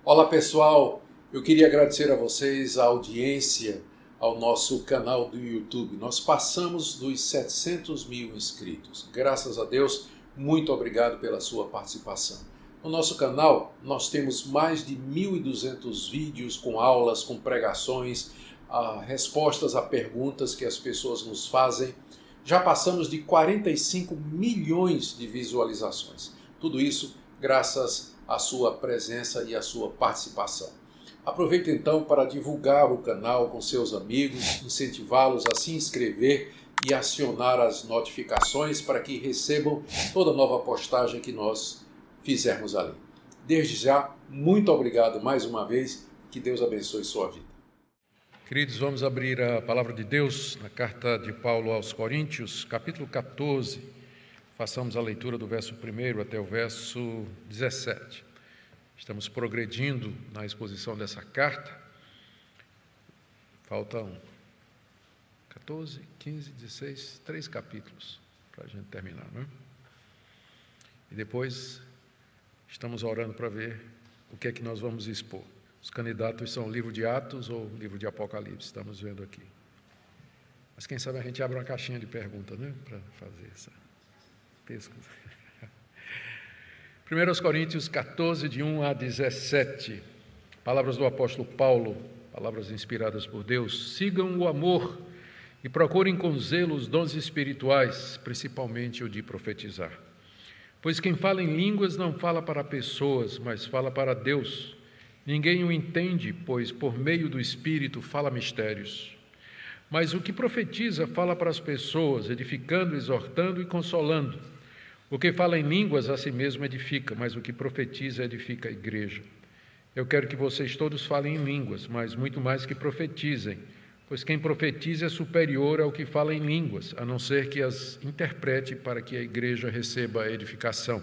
Olá pessoal, eu queria agradecer a vocês a audiência ao nosso canal do YouTube. Nós passamos dos 700 mil inscritos. Graças a Deus, muito obrigado pela sua participação. No nosso canal nós temos mais de 1.200 vídeos com aulas, com pregações, respostas a perguntas que as pessoas nos fazem. Já passamos de 45 milhões de visualizações. Tudo isso graças à sua presença e à sua participação. Aproveite então para divulgar o canal com seus amigos, incentivá-los a se inscrever e acionar as notificações para que recebam toda nova postagem que nós fizermos ali. Desde já, muito obrigado mais uma vez, que Deus abençoe sua vida. Queridos, vamos abrir a palavra de Deus na carta de Paulo aos Coríntios, capítulo 14. Façamos a leitura do verso 1 até o verso 17. Estamos progredindo na exposição dessa carta. Faltam 14, 15, 16, 3 capítulos para a gente terminar, não é? E depois estamos orando para ver o que é que nós vamos expor. Os candidatos são o livro de Atos ou o livro de Apocalipse, estamos vendo aqui. Mas quem sabe a gente abre uma caixinha de perguntas, né, para fazer essa pesquisa. 1 Coríntios 14, de 1 a 17. Palavras do apóstolo Paulo, palavras inspiradas por Deus. Sigam o amor e procurem com zelo os dons espirituais, principalmente o de profetizar. Pois quem fala em línguas não fala para pessoas, mas fala para Deus. Ninguém o entende, pois por meio do Espírito fala mistérios. Mas o que profetiza fala para as pessoas, edificando, exortando e consolando. O que fala em línguas a si mesmo edifica, mas o que profetiza edifica a igreja. Eu quero que vocês todos falem em línguas, mas muito mais que profetizem, pois quem profetiza é superior ao que fala em línguas, a não ser que as interprete para que a igreja receba a edificação.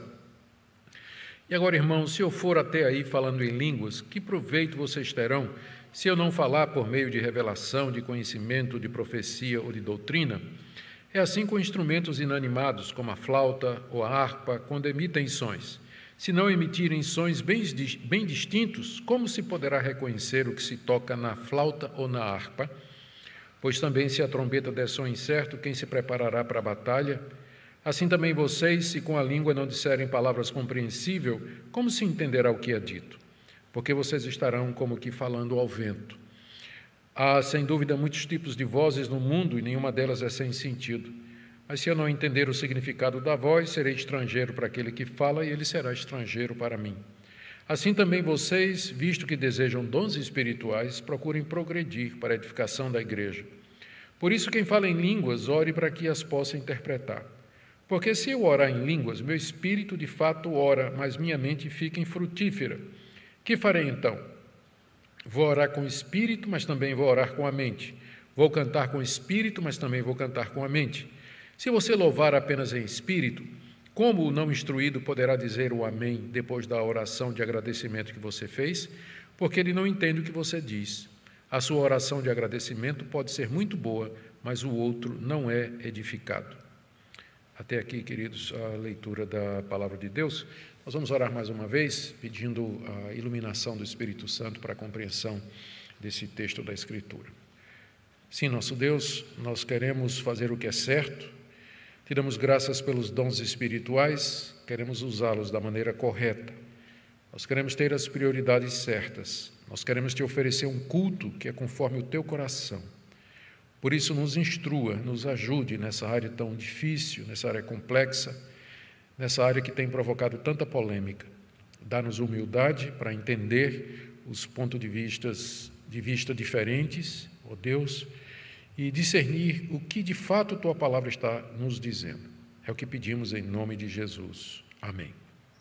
E agora, irmãos, se eu for até aí falando em línguas, que proveito vocês terão se eu não falar por meio de revelação, de conhecimento, de profecia ou de doutrina? É assim com instrumentos inanimados, como a flauta ou a harpa, quando emitem sons. Se não emitirem sons bem distintos, como se poderá reconhecer o que se toca na flauta ou na harpa? Pois também, se a trombeta der som incerto, quem se preparará para a batalha? Assim também vocês, se com a língua não disserem palavras compreensíveis, como se entenderá o que é dito? Porque vocês estarão como que falando ao vento. Há, sem dúvida, muitos tipos de vozes no mundo e nenhuma delas é sem sentido. Mas se eu não entender o significado da voz, serei estrangeiro para aquele que fala e ele será estrangeiro para mim. Assim também vocês, visto que desejam dons espirituais, procurem progredir para a edificação da igreja. Por isso, quem fala em línguas, ore para que as possa interpretar. Porque se eu orar em línguas, meu espírito de fato ora, mas minha mente fica infrutífera. Que farei então? Vou orar com o espírito, mas também vou orar com a mente. Vou cantar com o espírito, mas também vou cantar com a mente. Se você louvar apenas em espírito, como o não instruído poderá dizer o amém depois da oração de agradecimento que você fez? Porque ele não entende o que você diz. A sua oração de agradecimento pode ser muito boa, mas o outro não é edificado. Até aqui, queridos, a leitura da palavra de Deus. Nós vamos orar mais uma vez, pedindo a iluminação do Espírito Santo para a compreensão desse texto da Escritura. Sim, nosso Deus, nós queremos fazer o que é certo, te damos graças pelos dons espirituais, queremos usá-los da maneira correta. Nós queremos ter as prioridades certas, nós queremos te oferecer um culto que é conforme o teu coração. Por isso, nos instrua, nos ajude nessa área tão difícil, nessa área complexa, nessa área que tem provocado tanta polêmica. Dá-nos humildade para entender os pontos de vista diferentes, ó Deus, e discernir o que de fato Tua palavra está nos dizendo. É o que pedimos em nome de Jesus. Amém.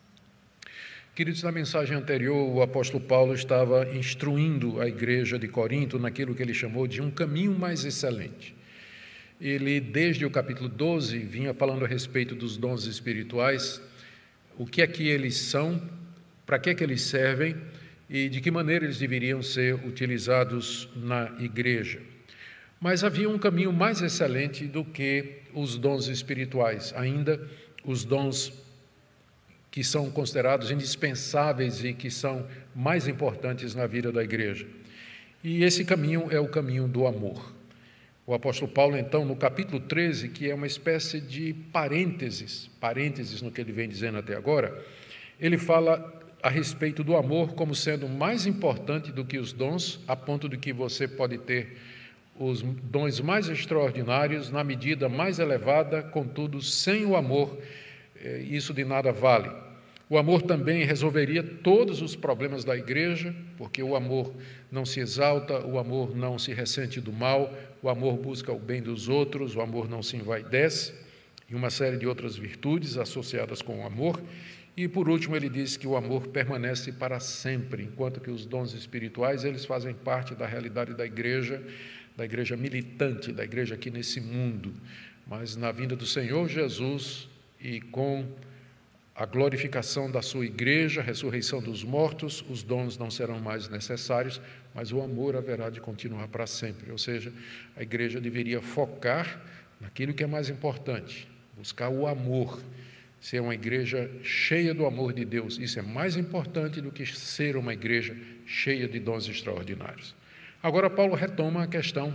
Queridos, na mensagem anterior, o apóstolo Paulo estava instruindo a igreja de Corinto naquilo que ele chamou de um caminho mais excelente. Ele, desde o capítulo 12, vinha falando a respeito dos dons espirituais, o que é que eles são, para que é que eles servem e de que maneira eles deveriam ser utilizados na igreja. Mas havia um caminho mais excelente do que os dons espirituais, ainda os dons que são considerados indispensáveis e que são mais importantes na vida da igreja. E esse caminho é o caminho do amor. O apóstolo Paulo, então, no capítulo 13, que é uma espécie de parênteses no que ele vem dizendo até agora, ele fala a respeito do amor como sendo mais importante do que os dons, a ponto de que você pode ter os dons mais extraordinários na medida mais elevada, contudo, sem o amor, isso de nada vale. O amor também resolveria todos os problemas da igreja, porque o amor não se exalta, o amor não se ressente do mal, o amor busca o bem dos outros, o amor não se envaidece, e uma série de outras virtudes associadas com o amor. E, por último, ele diz que o amor permanece para sempre, enquanto que os dons espirituais, eles fazem parte da realidade da igreja militante, da igreja aqui nesse mundo. Mas na vinda do Senhor Jesus e com a glorificação da sua igreja, a ressurreição dos mortos, os dons não serão mais necessários, mas o amor haverá de continuar para sempre. Ou seja, a igreja deveria focar naquilo que é mais importante, buscar o amor, ser uma igreja cheia do amor de Deus. Isso é mais importante do que ser uma igreja cheia de dons extraordinários. Agora, Paulo retoma a questão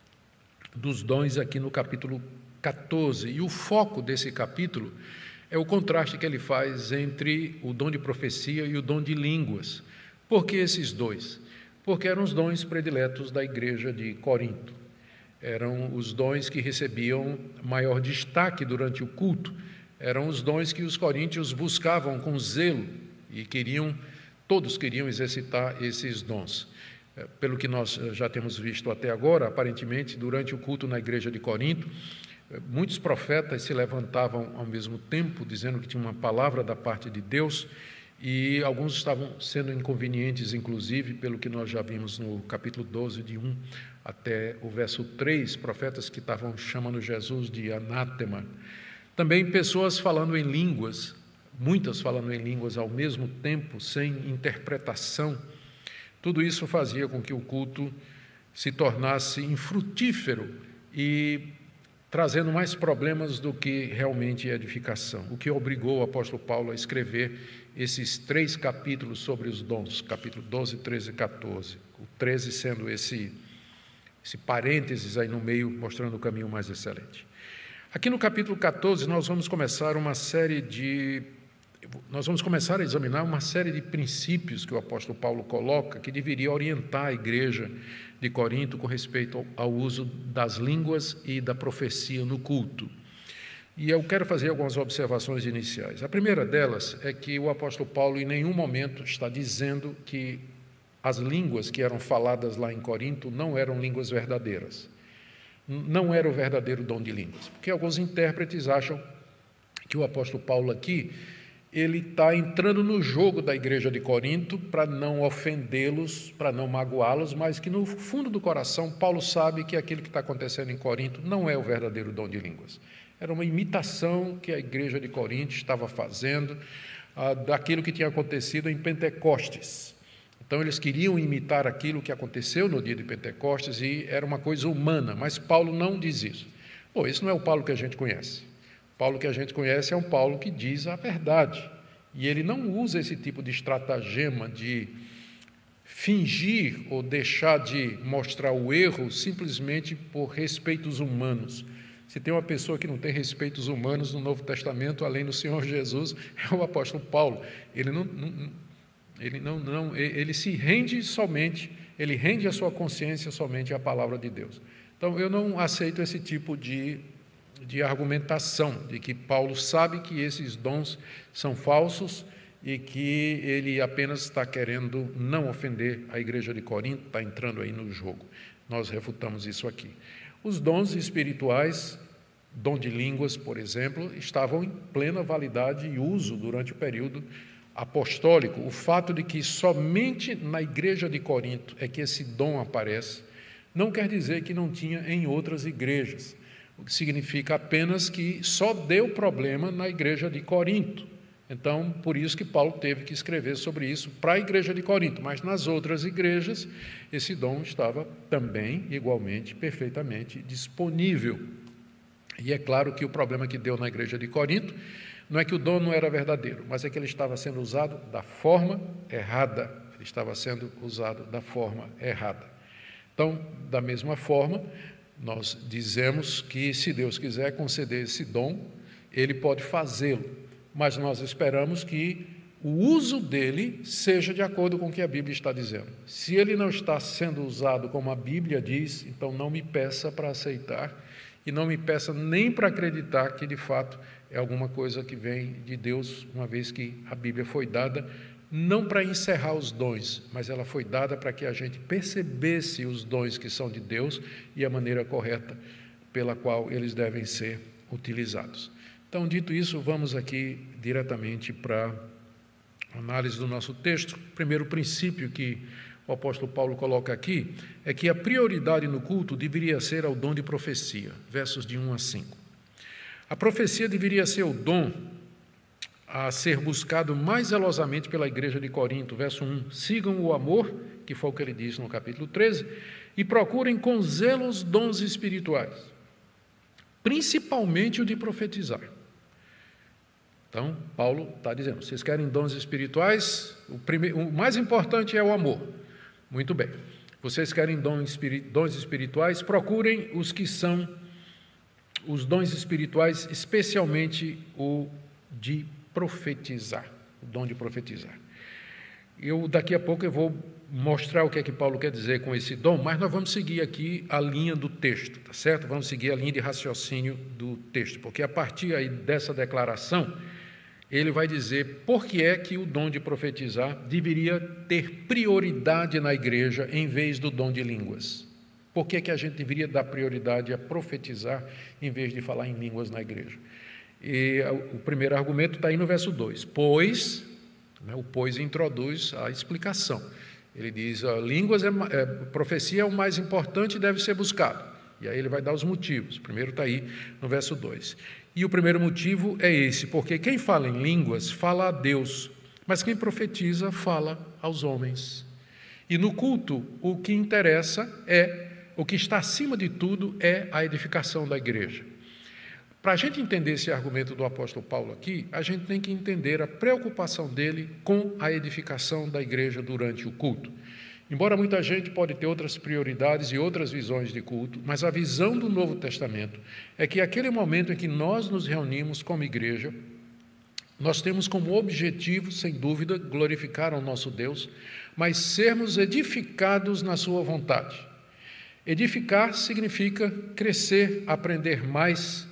dos dons aqui no capítulo 14, e o foco desse capítulo é o contraste que ele faz entre o dom de profecia e o dom de línguas. Por que esses dois? Porque eram os dons prediletos da igreja de Corinto. Eram os dons que recebiam maior destaque durante o culto. Eram os dons que os coríntios buscavam com zelo e todos queriam exercitar esses dons. Pelo que nós já temos visto até agora, aparentemente, durante o culto na igreja de Corinto, muitos profetas se levantavam ao mesmo tempo, dizendo que tinha uma palavra da parte de Deus, e alguns estavam sendo inconvenientes, inclusive, pelo que nós já vimos no capítulo 12, de 1 até o verso 3, profetas que estavam chamando Jesus de anátema. Também pessoas falando em línguas, muitas falando em línguas ao mesmo tempo, sem interpretação. Tudo isso fazia com que o culto se tornasse infrutífero e trazendo mais problemas do que realmente edificação, o que obrigou o apóstolo Paulo a escrever esses 3 capítulos sobre os dons, capítulo 12, 13 e 14, o 13 sendo esse parênteses aí no meio, mostrando o caminho mais excelente. Aqui no capítulo 14 nós vamos começar a examinar uma série de princípios que o apóstolo Paulo coloca, que deveria orientar a igreja de Corinto com respeito ao uso das línguas e da profecia no culto. E eu quero fazer algumas observações iniciais. A primeira delas é que o apóstolo Paulo em nenhum momento está dizendo que as línguas que eram faladas lá em Corinto não eram línguas verdadeiras. Não era o verdadeiro dom de línguas. Porque alguns intérpretes acham que o apóstolo Paulo aqui ele está entrando no jogo da igreja de Corinto para não ofendê-los, para não magoá-los, mas que no fundo do coração Paulo sabe que aquilo que está acontecendo em Corinto não é o verdadeiro dom de línguas. Era uma imitação que a igreja de Corinto estava fazendo daquilo que tinha acontecido em Pentecostes. Então eles queriam imitar aquilo que aconteceu no dia de Pentecostes e era uma coisa humana, mas Paulo não diz isso. Esse não é o Paulo que a gente conhece. Paulo que a gente conhece é um Paulo que diz a verdade, e ele não usa esse tipo de estratagema de fingir ou deixar de mostrar o erro simplesmente por respeitos humanos. Se tem uma pessoa que não tem respeitos humanos no Novo Testamento, além do Senhor Jesus, é o apóstolo Paulo. Ele se rende somente, ele rende a sua consciência somente à palavra de Deus. Então, eu não aceito esse tipo de argumentação, de que Paulo sabe que esses dons são falsos e que ele apenas está querendo não ofender a igreja de Corinto, está entrando aí no jogo. Nós refutamos isso aqui. Os dons espirituais, dom de línguas, por exemplo, estavam em plena validade e uso durante o período apostólico. O fato de que somente na igreja de Corinto é que esse dom aparece, não quer dizer que não tinha em outras igrejas. O que significa apenas que só deu problema na igreja de Corinto. Então, por isso que Paulo teve que escrever sobre isso para a igreja de Corinto, mas nas outras igrejas, esse dom estava também, igualmente, perfeitamente disponível. E é claro que o problema que deu na igreja de Corinto Não é que o dom não era verdadeiro, mas é que ele estava sendo usado da forma errada. Ele estava sendo usado da forma errada. Então, da mesma forma, nós dizemos que se Deus quiser conceder esse dom, Ele pode fazê-lo, mas nós esperamos que o uso dele seja de acordo com o que a Bíblia está dizendo. Se ele não está sendo usado como a Bíblia diz, então não me peça para aceitar e não me peça nem para acreditar que de fato é alguma coisa que vem de Deus, uma vez que a Bíblia foi dada não para encerrar os dons, mas ela foi dada para que a gente percebesse os dons que são de Deus e a maneira correta pela qual eles devem ser utilizados. Então, dito isso, vamos aqui diretamente para a análise do nosso texto. O primeiro princípio que o apóstolo Paulo coloca aqui é que a prioridade no culto deveria ser ao dom de profecia, versos de 1 a 5. A profecia deveria ser o dom a ser buscado mais zelosamente pela igreja de Corinto, verso 1, sigam o amor, que foi o que ele disse no capítulo 13, e procurem com zelo os dons espirituais, principalmente o de profetizar. Então, Paulo está dizendo, vocês querem dons espirituais? O mais importante é o amor. Muito bem. Vocês querem dons espirituais? Procurem os que são os dons espirituais, especialmente o de profetizar, o dom de profetizar. Daqui a pouco eu vou mostrar o que é que Paulo quer dizer com esse dom, mas nós vamos seguir aqui a linha do texto, tá certo? Vamos seguir a linha de raciocínio do texto, porque a partir aí dessa declaração, ele vai dizer por que é que o dom de profetizar deveria ter prioridade na igreja em vez do dom de línguas. Por que é que a gente deveria dar prioridade a profetizar em vez de falar em línguas na igreja? E o primeiro argumento está aí no verso 2. Pois, o pois introduz a explicação. Ele diz, profecia é o mais importante e deve ser buscado. E aí ele vai dar os motivos. O primeiro está aí no verso 2. E o primeiro motivo é esse, porque quem fala em línguas fala a Deus, mas quem profetiza fala aos homens. E no culto, o que interessa o que está acima de tudo é a edificação da igreja. Para a gente entender esse argumento do apóstolo Paulo aqui, a gente tem que entender a preocupação dele com a edificação da igreja durante o culto. Embora muita gente pode ter outras prioridades e outras visões de culto, mas a visão do Novo Testamento é que aquele momento em que nós nos reunimos como igreja, nós temos como objetivo, sem dúvida, glorificar ao nosso Deus, mas sermos edificados na sua vontade. Edificar significa crescer, aprender mais,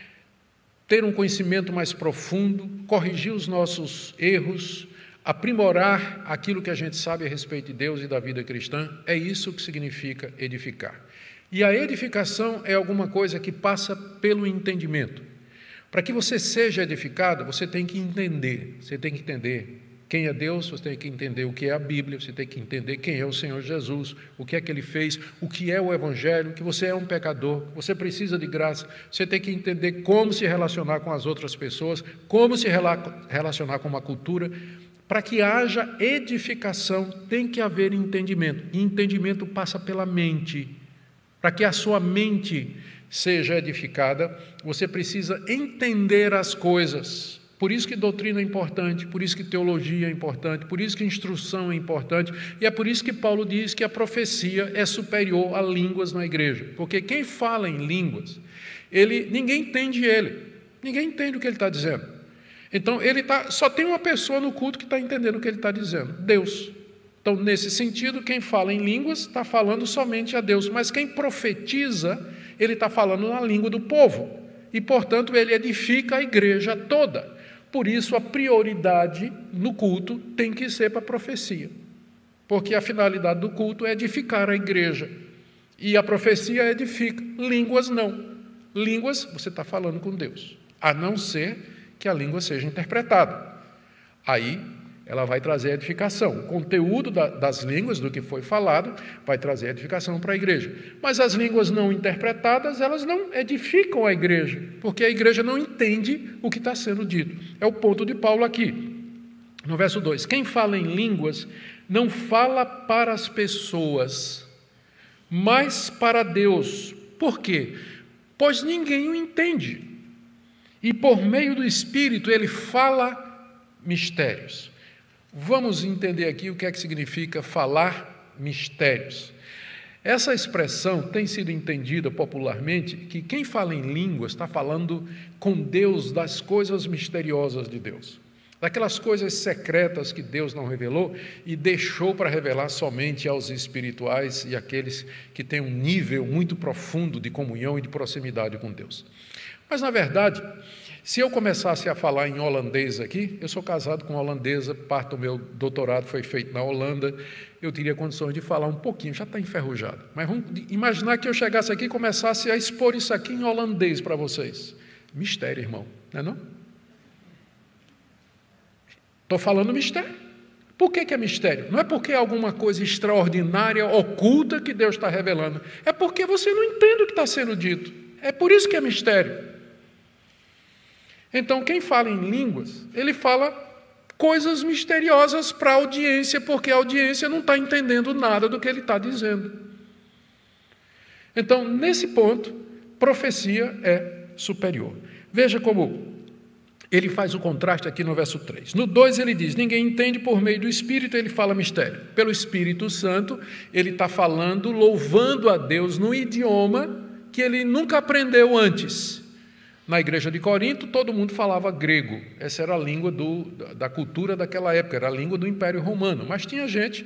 ter um conhecimento mais profundo, corrigir os nossos erros, aprimorar aquilo que a gente sabe a respeito de Deus e da vida cristã. É isso que significa edificar. E a edificação é alguma coisa que passa pelo entendimento. Para que você seja edificado, você tem que entender. Você tem que entender quem é Deus, você tem que entender o que é a Bíblia, você tem que entender quem é o Senhor Jesus, o que é que Ele fez, o que é o Evangelho, que você é um pecador, você precisa de graça, você tem que entender como se relacionar com as outras pessoas, como se relacionar com uma cultura. Para que haja edificação, tem que haver entendimento, e entendimento passa pela mente. Para que a sua mente seja edificada, você precisa entender as coisas. Por isso que doutrina é importante, por isso que teologia é importante, por isso que instrução é importante, e é por isso que Paulo diz que a profecia é superior a línguas na igreja, porque quem fala em línguas, ninguém entende ninguém entende o que ele está dizendo. Então, só tem uma pessoa no culto que está entendendo o que ele está dizendo, Deus. Então, nesse sentido, quem fala em línguas está falando somente a Deus, mas quem profetiza, ele está falando na língua do povo, e, portanto, ele edifica a igreja toda. Por isso, a prioridade no culto tem que ser para a profecia, porque a finalidade do culto é edificar a igreja, e a profecia edifica, línguas não. Línguas, você está falando com Deus, a não ser que a língua seja interpretada. Aí, ela vai trazer edificação. O conteúdo das línguas, do que foi falado, vai trazer edificação para a igreja. Mas as línguas não interpretadas, elas não edificam a igreja, porque a igreja não entende o que está sendo dito. É o ponto de Paulo aqui. No verso 2, quem fala em línguas não fala para as pessoas, mas para Deus. Por quê? Pois ninguém o entende. e por meio do Espírito ele fala mistérios. Vamos entender aqui o que é que significa falar mistérios. Essa expressão tem sido entendida popularmente que quem fala em línguas está falando com Deus das coisas misteriosas de Deus, daquelas coisas secretas que Deus não revelou e deixou para revelar somente aos espirituais e àqueles que têm um nível muito profundo de comunhão e de proximidade com Deus. Mas, na verdade, se eu começasse a falar em holandês aqui, eu sou casado com uma holandesa, parte do meu doutorado foi feito na Holanda, eu teria condições de falar um pouquinho, já está enferrujado. Mas vamos imaginar que eu chegasse aqui e começasse a expor isso aqui em holandês para vocês. Mistério, irmão, não é não? Estou falando mistério. Por que é mistério? Não é porque é alguma coisa extraordinária, oculta que Deus está revelando. É porque você não entende o que está sendo dito. É por isso que é mistério. Então, quem fala em línguas, ele fala coisas misteriosas para a audiência, porque a audiência não está entendendo nada do que ele está dizendo. Então, nesse ponto, profecia é superior. Veja como ele faz o contraste aqui no verso 3. No 2 ele diz, ninguém entende por meio do Espírito, ele fala mistério. Pelo Espírito Santo, ele está falando, louvando a Deus no idioma que ele nunca aprendeu antes. Na igreja de Corinto, todo mundo falava grego. Essa era a língua da cultura daquela época, era a língua do Império Romano. Mas tinha gente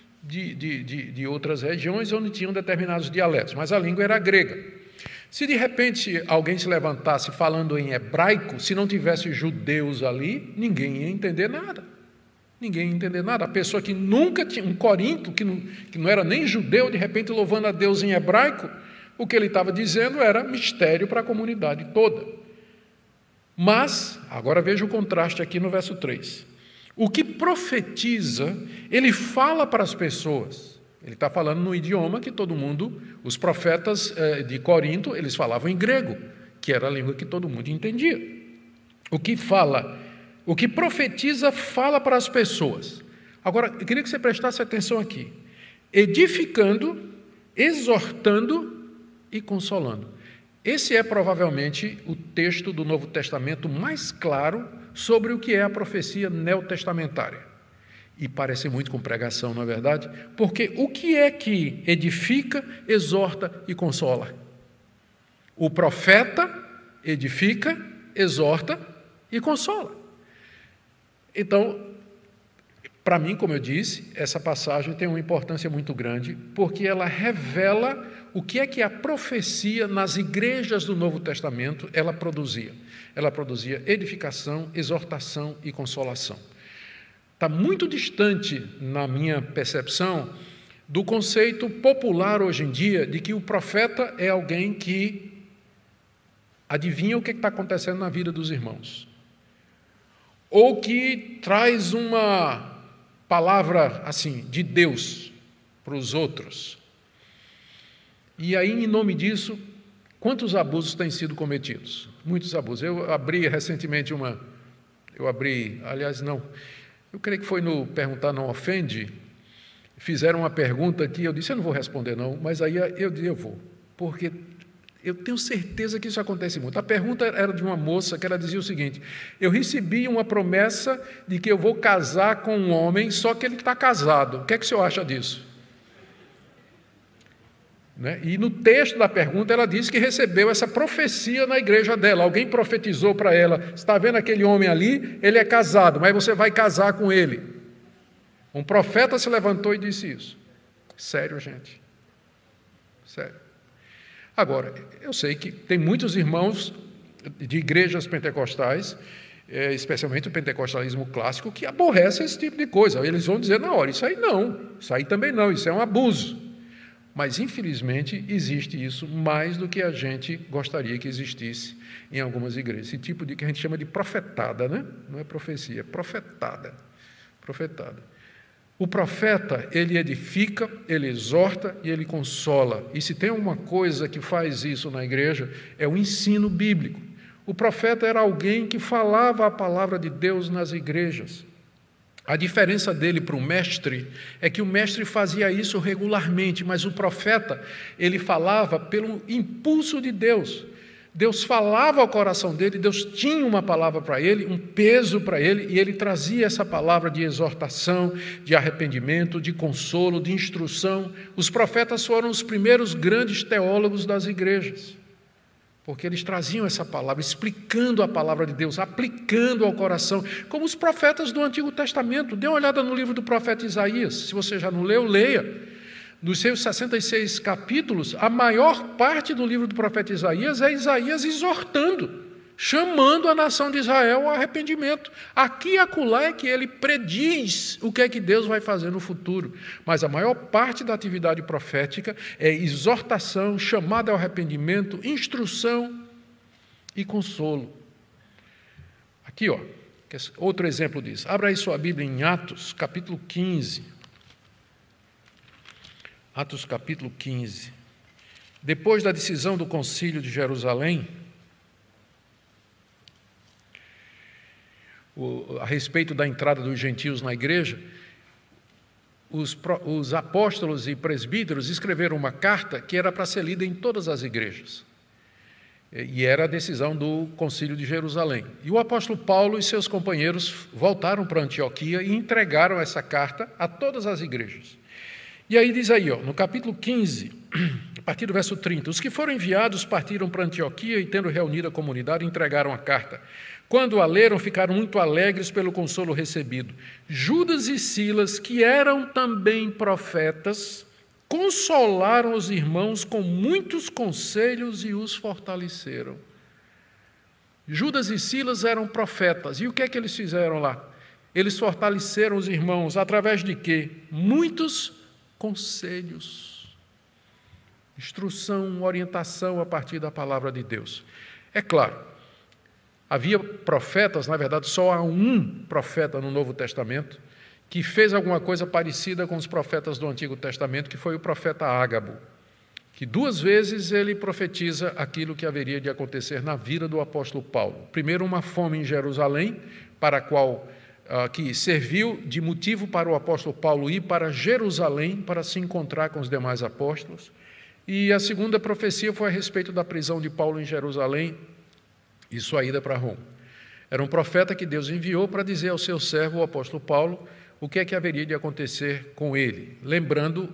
de outras regiões onde tinham determinados dialetos, mas a língua era grega. Se de repente alguém se levantasse falando em hebraico, se não tivesse judeus ali, ninguém ia entender nada. Ninguém ia entender nada. A pessoa que nunca tinha, um corinto, que não era nem judeu, de repente louvando a Deus em hebraico, o que ele estava dizendo era mistério para a comunidade toda. Mas, agora veja o contraste aqui no verso 3. O que profetiza, ele fala para as pessoas. Ele está falando no idioma que todo mundo, os profetas de Corinto, eles falavam em grego, que era a língua que todo mundo entendia. O que profetiza, fala para as pessoas. Agora, eu queria que você prestasse atenção aqui. Edificando, exortando e consolando. Esse é provavelmente o texto do Novo Testamento mais claro sobre o que é a profecia neotestamentária. E parece muito com pregação, não é verdade? Porque o que é que edifica, exorta e consola? O profeta edifica, exorta e consola. Então, para mim, como eu disse, essa passagem tem uma importância muito grande, porque ela revela o que é que a profecia nas igrejas do Novo Testamento ela produzia. Ela produzia edificação, exortação e consolação. Está muito distante, na minha percepção, do conceito popular hoje em dia de que o profeta é alguém que adivinha o que está acontecendo na vida dos irmãos, ou que traz uma palavra assim de Deus para os outros. E aí, em nome disso, quantos abusos têm sido cometidos? Muitos abusos. Eu abri recentemente eu creio que foi no Perguntar Não Ofende, fizeram uma pergunta aqui, eu disse, eu não vou responder não, mas aí eu vou, porque eu tenho certeza que isso acontece muito. A pergunta era de uma moça que ela dizia o seguinte, eu recebi uma promessa de que eu vou casar com um homem, só que ele está casado. O que é que o senhor acha disso? Né? E no texto da pergunta ela disse que recebeu essa profecia na igreja dela. Alguém profetizou para ela, está vendo aquele homem ali? Ele é casado, mas você vai casar com ele. Um profeta se levantou e disse isso. Sério, gente? Sério. Agora, eu sei que tem muitos irmãos de igrejas pentecostais, especialmente o pentecostalismo clássico, que aborrecem esse tipo de coisa. Eles vão dizer na hora, isso aí não, isso aí também não, isso é um abuso. Mas, infelizmente, existe isso mais do que a gente gostaria que existisse em algumas igrejas. Esse tipo de que a gente chama de profetada, né? Não é profecia, é profetada. Profetada. O profeta, ele edifica, ele exorta e ele consola. E se tem uma coisa que faz isso na igreja, é o ensino bíblico. O profeta era alguém que falava a palavra de Deus nas igrejas. A diferença dele para o mestre é que o mestre fazia isso regularmente, mas o profeta, ele falava pelo impulso de Deus. Deus falava ao coração dele, Deus tinha uma palavra para ele, um peso para ele, e ele trazia essa palavra de exortação, de arrependimento, de consolo, de instrução. Os profetas foram os primeiros grandes teólogos das igrejas, porque eles traziam essa palavra, explicando a palavra de Deus, aplicando ao coração, como os profetas do Antigo Testamento. Dê uma olhada no livro do profeta Isaías, se você já não leu, leia. Dos seus 66 capítulos, a maior parte do livro do profeta Isaías é Isaías exortando, chamando a nação de Israel ao arrependimento. Aqui e acolá é que ele prediz o que é que Deus vai fazer no futuro. Mas a maior parte da atividade profética é exortação, chamada ao arrependimento, instrução e consolo. Aqui, ó, outro exemplo disso. Abra aí sua Bíblia em Atos, capítulo 15. Atos capítulo 15. Depois da decisão do Concílio de Jerusalém, a respeito da entrada dos gentios na igreja, os apóstolos e presbíteros escreveram uma carta que era para ser lida em todas as igrejas. E era a decisão do Concílio de Jerusalém. E o apóstolo Paulo e seus companheiros voltaram para Antioquia e entregaram essa carta a todas as igrejas. E aí diz aí, ó, no capítulo 15, a partir do verso 30, os que foram enviados partiram para Antioquia e, tendo reunido a comunidade, entregaram a carta. Quando a leram, ficaram muito alegres pelo consolo recebido. Judas e Silas, que eram também profetas, consolaram os irmãos com muitos conselhos e os fortaleceram. Judas e Silas eram profetas. E o que é que eles fizeram lá? Eles fortaleceram os irmãos através de quê? Muitos conselhos, instrução, orientação a partir da palavra de Deus. É claro, havia profetas, na verdade só há um profeta no Novo Testamento que fez alguma coisa parecida com os profetas do Antigo Testamento, que foi o profeta Ágabo, que 2 vezes ele profetiza aquilo que haveria de acontecer na vida do apóstolo Paulo. Primeiro, uma fome em Jerusalém, para a qual que serviu de motivo para o apóstolo Paulo ir para Jerusalém para se encontrar com os demais apóstolos. E a segunda profecia foi a respeito da prisão de Paulo em Jerusalém e sua ida para Roma. Era um profeta que Deus enviou para dizer ao seu servo, o apóstolo Paulo, o que é que haveria de acontecer com ele, lembrando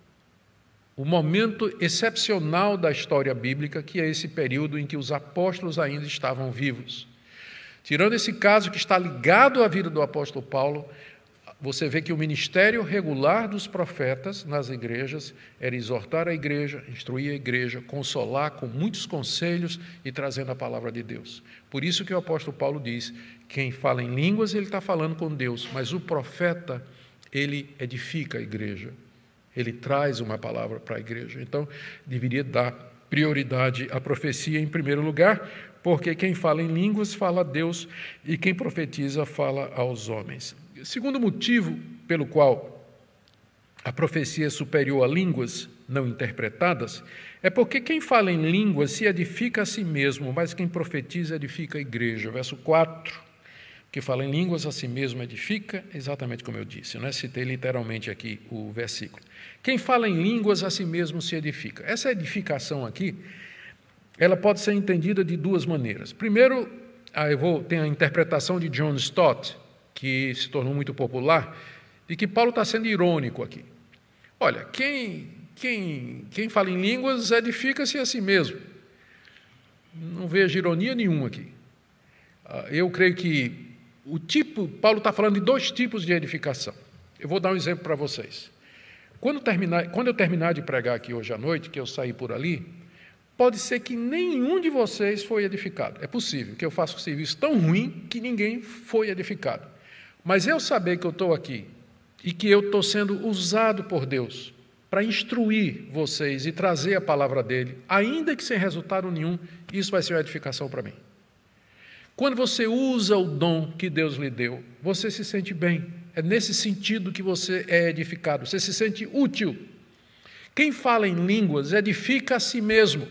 o momento excepcional da história bíblica, que é esse período em que os apóstolos ainda estavam vivos. Tirando esse caso que está ligado à vida do apóstolo Paulo, você vê que o ministério regular dos profetas nas igrejas era exortar a igreja, instruir a igreja, consolar com muitos conselhos e trazendo a palavra de Deus. Por isso que o apóstolo Paulo diz, quem fala em línguas, ele está falando com Deus, mas o profeta, ele edifica a igreja, ele traz uma palavra para a igreja. Então, deveria dar prioridade à profecia em primeiro lugar, porque quem fala em línguas fala a Deus e quem profetiza fala aos homens. O segundo motivo pelo qual a profecia é superior a línguas não interpretadas é porque quem fala em línguas se edifica a si mesmo, mas quem profetiza edifica a igreja. Verso 4, que fala em línguas a si mesmo edifica, exatamente como eu disse, né? Citei literalmente aqui o versículo. Quem fala em línguas a si mesmo se edifica. Essa edificação aqui, ela pode ser entendida de 2 maneiras. Primeiro, tem a interpretação de John Stott, que se tornou muito popular, de que Paulo está sendo irônico aqui. Olha, quem fala em línguas edifica-se a si mesmo. Não vejo ironia nenhuma aqui. Eu creio que Paulo está falando de 2 tipos de edificação. Eu vou dar um exemplo para vocês. Quando eu terminar de pregar aqui hoje à noite, que eu sair por ali, pode ser que nenhum de vocês foi edificado. É possível que eu faça um serviço tão ruim que ninguém foi edificado. Mas eu saber que eu estou aqui e que eu estou sendo usado por Deus para instruir vocês e trazer a palavra dele, ainda que sem resultado nenhum, isso vai ser uma edificação para mim. Quando você usa o dom que Deus lhe deu, você se sente bem. É nesse sentido que você é edificado. Você se sente útil. Quem fala em línguas edifica a si mesmo.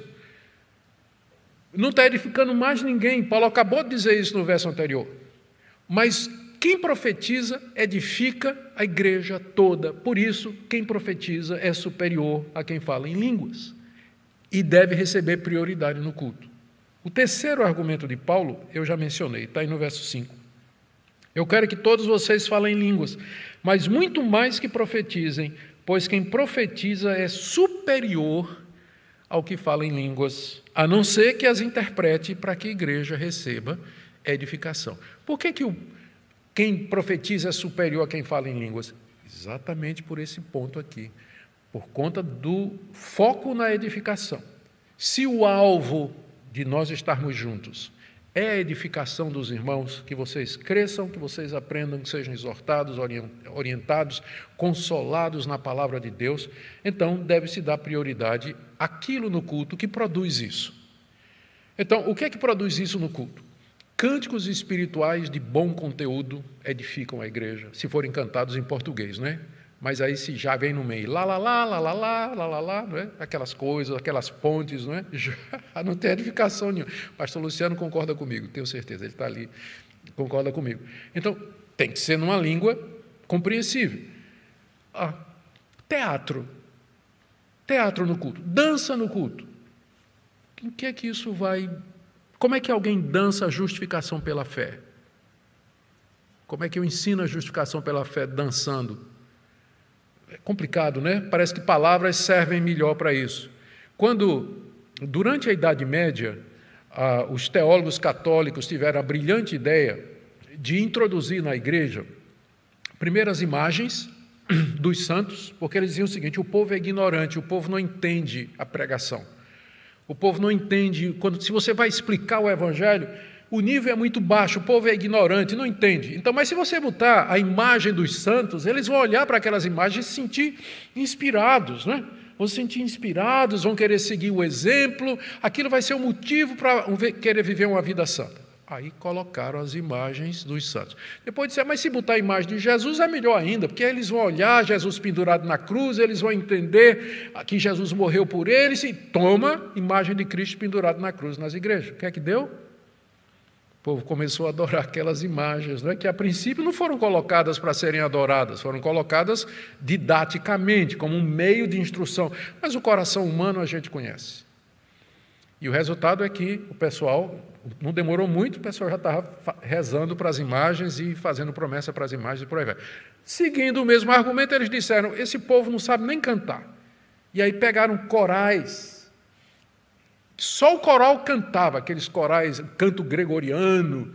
Não está edificando mais ninguém. Paulo acabou de dizer isso no verso anterior. Mas quem profetiza edifica a igreja toda. Por isso, quem profetiza é superior a quem fala em línguas. E deve receber prioridade no culto. O terceiro argumento de Paulo, eu já mencionei, está aí no verso 5. Eu quero que todos vocês falem línguas, mas muito mais que profetizem, pois quem profetiza é superior ao que fala em línguas, a não ser que as interprete para que a igreja receba edificação. Por que quem profetiza é superior a quem fala em línguas? Exatamente por esse ponto aqui, por conta do foco na edificação. Se o alvo de nós estarmos juntos é a edificação dos irmãos, que vocês cresçam, que vocês aprendam, que sejam exortados, orientados, consolados na palavra de Deus, então deve-se dar prioridade àquilo no culto que produz isso. Então, o que é que produz isso no culto? Cânticos espirituais de bom conteúdo edificam a igreja, se forem cantados em português, né? Mas aí se já vem no meio, lá, lá, lá, lá, lá, lá, lá, lá, lá, não é? Aquelas coisas, aquelas pontes, não é? Já não tem edificação nenhuma. O pastor Luciano concorda comigo, tenho certeza, ele está ali, concorda comigo. Então, tem que ser numa língua compreensível. Teatro no culto, dança no culto. Em que é que isso vai... Como é que alguém dança a justificação pela fé? Como é que eu ensino a justificação pela fé dançando? É complicado, né? Parece que palavras servem melhor para isso. Durante a Idade Média, os teólogos católicos tiveram a brilhante ideia de introduzir na igreja primeiras imagens dos santos, porque eles diziam o seguinte: o povo é ignorante, o povo não entende a pregação. O povo não entende, se você vai explicar o evangelho, o nível é muito baixo, o povo é ignorante, não entende. Então, mas se você botar a imagem dos santos, eles vão olhar para aquelas imagens e se sentir inspirados, né? Vão se sentir inspirados, vão querer seguir o exemplo, aquilo vai ser um motivo para querer viver uma vida santa. Aí colocaram as imagens dos santos. Depois disseram, mas se botar a imagem de Jesus é melhor ainda, porque eles vão olhar Jesus pendurado na cruz, eles vão entender que Jesus morreu por eles, e toma imagem de Cristo pendurado na cruz nas igrejas. O que é que deu? O povo começou a adorar aquelas imagens, não é? Que a princípio não foram colocadas para serem adoradas, foram colocadas didaticamente, como um meio de instrução. Mas o coração humano a gente conhece. E o resultado é que o pessoal, não demorou muito, o pessoal já estava rezando para as imagens e fazendo promessa para as imagens e por aí vai. Seguindo o mesmo argumento, eles disseram, esse povo não sabe nem cantar. E aí pegaram corais. Só o coral cantava, aqueles corais, canto gregoriano,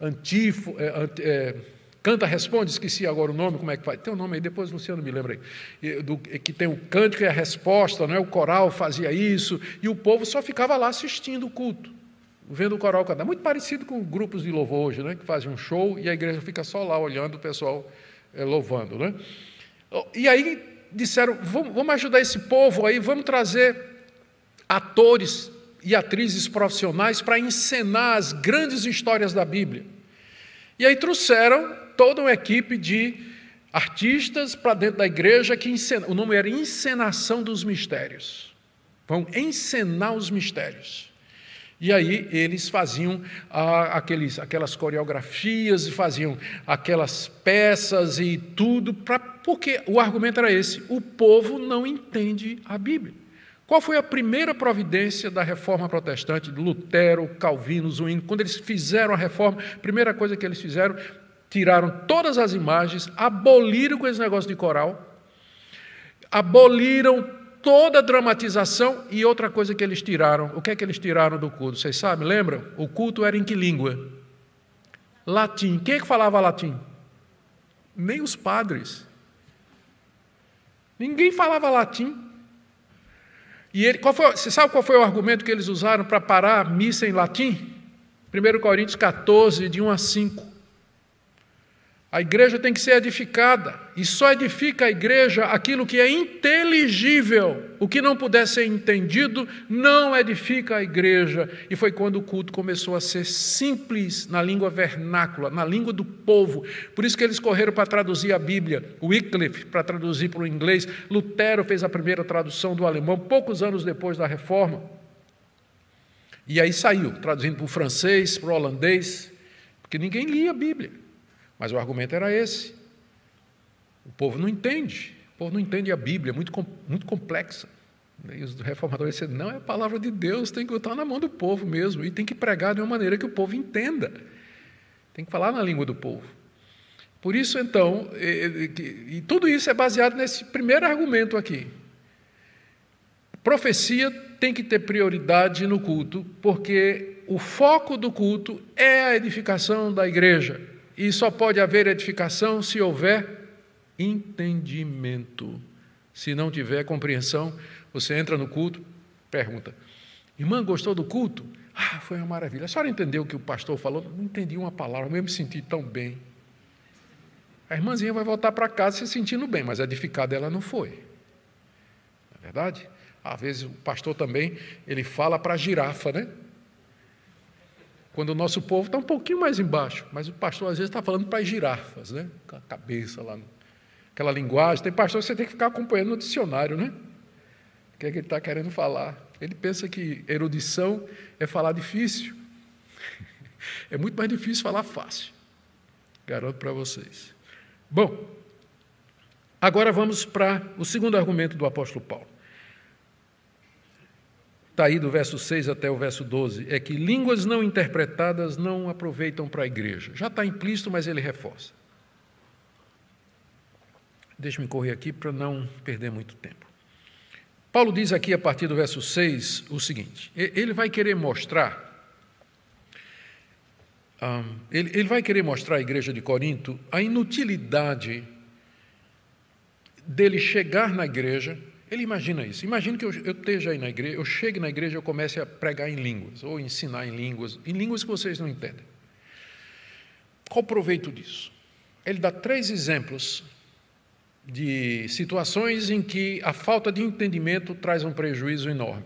canta, responde, esqueci agora o nome, como é que faz? Tem um nome aí, depois o Luciano me lembra aí, que tem o cântico e a resposta, não é? O coral fazia isso, e o povo só ficava lá assistindo o culto, vendo o coral cantar. Muito parecido com grupos de louvor hoje, né? Que fazem um show e a igreja fica só lá olhando o pessoal louvando, né? E aí disseram, vamos ajudar esse povo aí, vamos trazer atores e atrizes profissionais para encenar as grandes histórias da Bíblia. E aí trouxeram toda uma equipe de artistas para dentro da igreja, o nome era Encenação dos Mistérios. Vão encenar os mistérios. E aí eles faziam aquelas coreografias, faziam aquelas peças e tudo, porque o argumento era esse, o povo não entende a Bíblia. Qual foi a primeira providência da reforma protestante, de Lutero, Calvino, Zwingli? Quando eles fizeram a reforma, a primeira coisa que eles fizeram, tiraram todas as imagens, aboliram com esse negócio de coral, aboliram toda a dramatização e outra coisa que eles tiraram. O que é que eles tiraram do culto? Vocês sabem, lembram? O culto era em que língua? Latim. Quem é que falava latim? Nem os padres. Ninguém falava latim. E você sabe qual foi o argumento que eles usaram para parar a missa em latim? 1 Coríntios 14, de 1 a 5. A igreja tem que ser edificada, e só edifica a igreja aquilo que é inteligível. O que não puder ser entendido, não edifica a igreja. E foi quando o culto começou a ser simples, na língua vernácula, na língua do povo. Por isso que eles correram para traduzir a Bíblia, Wycliffe para traduzir para o inglês, Lutero fez a primeira tradução do alemão, poucos anos depois da reforma. E aí saiu, traduzindo para o francês, para o holandês, porque ninguém lia a Bíblia. Mas o argumento era esse. O povo não entende a Bíblia, é muito complexa. E os reformadores disseram, não, é a palavra de Deus, tem que botar na mão do povo mesmo, e tem que pregar de uma maneira que o povo entenda. Tem que falar na língua do povo. Por isso, então, e tudo isso é baseado nesse primeiro argumento aqui. Profecia tem que ter prioridade no culto, porque o foco do culto é a edificação da igreja. E só pode haver edificação se houver entendimento. Se não tiver compreensão, você entra no culto, pergunta, irmã, gostou do culto? Ah, foi uma maravilha. A senhora entendeu o que o pastor falou? Não entendi uma palavra, eu me senti tão bem. A irmãzinha vai voltar para casa se sentindo bem, mas edificada ela não foi. Não é verdade? Às vezes o pastor também, ele fala para a girafa, né? Quando o nosso povo está um pouquinho mais embaixo, mas o pastor às vezes está falando para as girafas, né? Com a cabeça lá, aquela linguagem. Tem pastor que você tem que ficar acompanhando no dicionário, né? O que é que ele está querendo falar? Ele pensa que erudição é falar difícil. É muito mais difícil falar fácil. Garanto para vocês. Bom, agora vamos para o segundo argumento do apóstolo Paulo. Está aí do verso 6 até o verso 12, é que línguas não interpretadas não aproveitam para a igreja. Já está implícito, mas ele reforça. Deixa-me correr aqui para não perder muito tempo. Paulo diz aqui, a partir do verso 6, o seguinte, ele vai querer mostrar, ele vai querer mostrar à igreja de Corinto a inutilidade dele chegar na igreja. Ele imagina isso. Imagina que eu esteja aí na igreja, eu chegue na igreja e eu comece a pregar em línguas, ou ensinar em línguas que vocês não entendem. Qual o proveito disso? Ele dá 3 exemplos de situações em que a falta de entendimento traz um prejuízo enorme.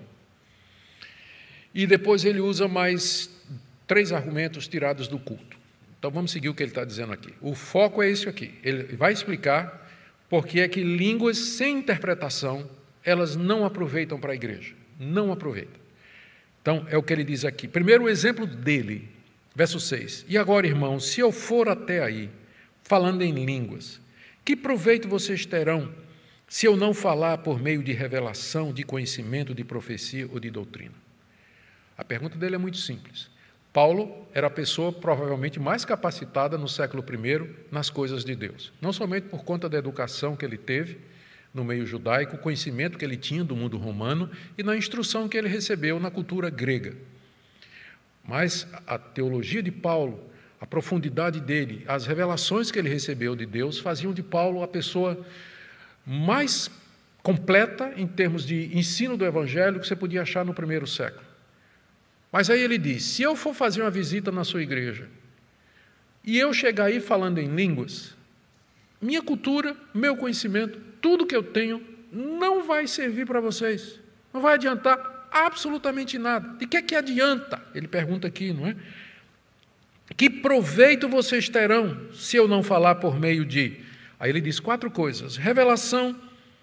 E depois ele usa mais 3 argumentos tirados do culto. Então vamos seguir o que ele está dizendo aqui. O foco é esse aqui. Ele vai explicar porque é que línguas sem interpretação, elas não aproveitam para a igreja. Não aproveitam. Então, é o que ele diz aqui. Primeiro, o exemplo dele, verso 6. E agora, irmãos, se eu for até aí, falando em línguas, que proveito vocês terão se eu não falar por meio de revelação, de conhecimento, de profecia ou de doutrina? A pergunta dele é muito simples. Paulo era a pessoa provavelmente mais capacitada no século I nas coisas de Deus. Não somente por conta da educação que ele teve no meio judaico, o conhecimento que ele tinha do mundo romano e na instrução que ele recebeu na cultura grega. Mas a teologia de Paulo, a profundidade dele, as revelações que ele recebeu de Deus faziam de Paulo a pessoa mais completa em termos de ensino do evangelho que você podia achar no primeiro século. Mas aí ele diz, se eu for fazer uma visita na sua igreja e eu chegar aí falando em línguas, minha cultura, meu conhecimento, tudo que eu tenho não vai servir para vocês. Não vai adiantar absolutamente nada. De que adianta? Ele pergunta aqui, não é? Que proveito vocês terão se eu não falar por meio de... Aí ele diz 4 coisas. Revelação,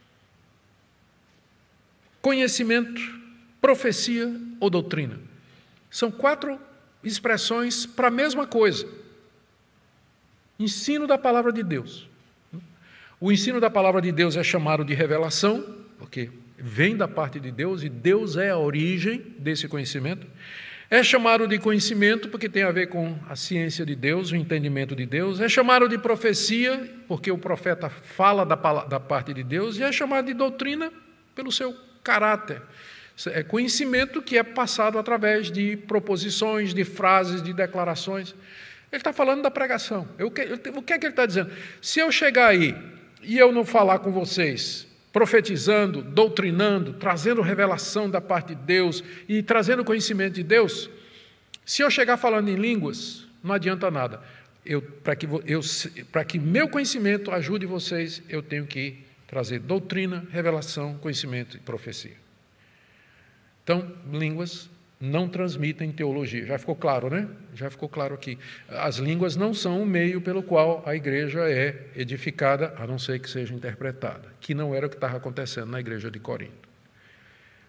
conhecimento, profecia ou doutrina. São 4 expressões para a mesma coisa. Ensino da palavra de Deus. O ensino da palavra de Deus é chamado de revelação, porque vem da parte de Deus e Deus é a origem desse conhecimento. É chamado de conhecimento porque tem a ver com a ciência de Deus, o entendimento de Deus. É chamado de profecia porque o profeta fala da parte de Deus. E é chamado de doutrina pelo seu caráter. É conhecimento que é passado através de proposições, de frases, de declarações. Ele está falando da pregação. O que é que ele está dizendo? Se eu chegar aí e eu não falar com vocês, profetizando, doutrinando, trazendo revelação da parte de Deus e trazendo conhecimento de Deus, se eu chegar falando em línguas, não adianta nada. Para que meu conhecimento ajude vocês, eu tenho que trazer doutrina, revelação, conhecimento e profecia. Então, línguas não transmitem teologia. Já ficou claro, né? Já ficou claro aqui. As línguas não são o meio pelo qual a igreja é edificada, a não ser que seja interpretada, que não era o que estava acontecendo na igreja de Corinto.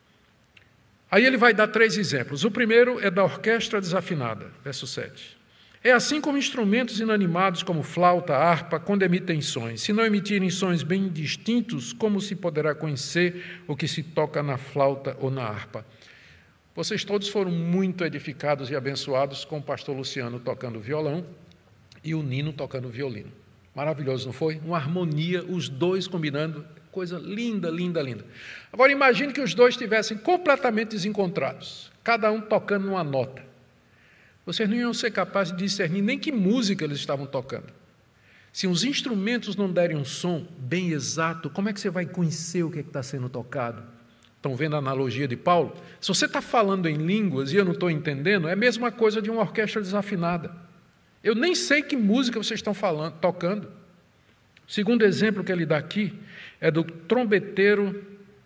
Aí ele vai dar 3 exemplos. O primeiro é da orquestra desafinada, verso 7. É assim como instrumentos inanimados como flauta, harpa, quando emitem sons. Se não emitirem sons bem distintos, como se poderá conhecer o que se toca na flauta ou na harpa? Vocês todos foram muito edificados e abençoados com o pastor Luciano tocando violão e o Nino tocando violino. Maravilhoso, não foi? Uma harmonia, os dois combinando, coisa linda, linda, linda. Agora imagine que os dois estivessem completamente desencontrados, cada um tocando uma nota. Vocês não iam ser capazes de discernir nem que música eles estavam tocando. Se os instrumentos não derem um som bem exato, como é que você vai conhecer o que está sendo tocado? Estão vendo a analogia de Paulo? Se você está falando em línguas e eu não estou entendendo, é a mesma coisa de uma orquestra desafinada. Eu nem sei que música vocês estão tocando. O segundo exemplo que ele dá aqui é do trombeteiro,